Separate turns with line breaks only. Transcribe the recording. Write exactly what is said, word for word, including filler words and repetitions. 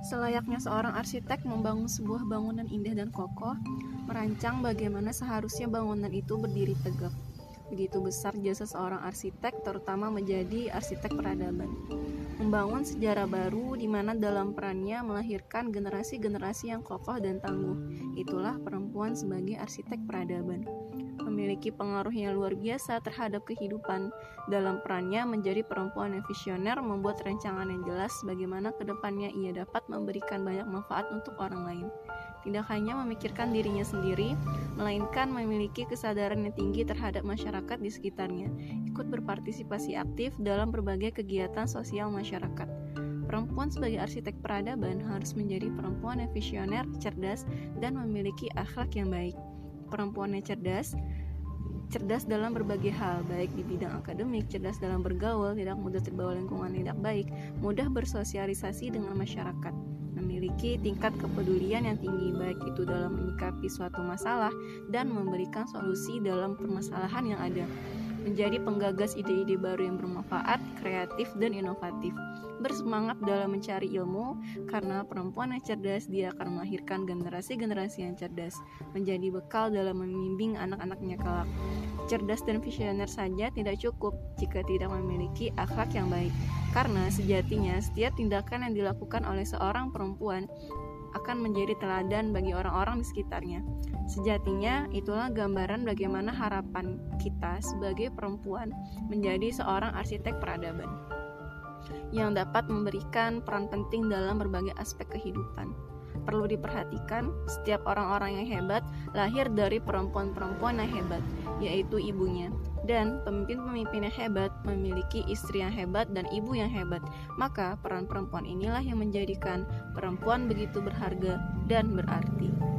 Selayaknya seorang arsitek membangun sebuah bangunan indah dan kokoh, merancang bagaimana seharusnya bangunan itu berdiri tegak. Begitu besar jasa seorang arsitek, terutama menjadi arsitek peradaban. Membangun sejarah baru di mana dalam perannya melahirkan generasi-generasi yang kokoh dan tangguh. Itulah perempuan sebagai arsitek peradaban. Memiliki pengaruh yang luar biasa terhadap kehidupan. Dalam perannya menjadi perempuan yang visioner, membuat rancangan yang jelas bagaimana kedepannya ia dapat memberikan banyak manfaat untuk orang lain. Tidak hanya memikirkan dirinya sendiri, melainkan memiliki kesadaran yang tinggi terhadap masyarakat di sekitarnya, ikut berpartisipasi aktif dalam berbagai kegiatan sosial masyarakat. Perempuan sebagai arsitek peradaban harus menjadi perempuan yang visioner, cerdas, dan memiliki akhlak yang baik. Perempuan yang cerdas, cerdas dalam berbagai hal, baik di bidang akademik, cerdas dalam bergaul, tidak mudah terbawa lingkungan tidak baik, mudah bersosialisasi dengan masyarakat, memiliki tingkat kepedulian yang tinggi, baik itu dalam menyikapi suatu masalah dan memberikan solusi dalam permasalahan yang ada, menjadi penggagas ide-ide baru yang bermanfaat, kreatif, dan inovatif, bersemangat dalam mencari ilmu, karena perempuan yang cerdas dia akan melahirkan generasi-generasi yang cerdas, menjadi bekal dalam membimbing anak-anaknya kelak. Cerdas dan visioner saja tidak cukup jika tidak memiliki akhlak yang baik, karena sejatinya setiap tindakan yang dilakukan oleh seorang perempuan akan menjadi teladan bagi orang-orang di sekitarnya. Sejatinya itulah gambaran bagaimana harapan kita sebagai perempuan menjadi seorang arsitek peradaban yang dapat memberikan peran penting dalam berbagai aspek kehidupan. Perlu diperhatikan, setiap orang-orang yang hebat lahir dari perempuan-perempuan yang hebat, yaitu ibunya. Dan pemimpin-pemimpin yang hebat memiliki istri yang hebat dan ibu yang hebat. Maka peran perempuan inilah yang menjadikan perempuan begitu berharga dan berarti.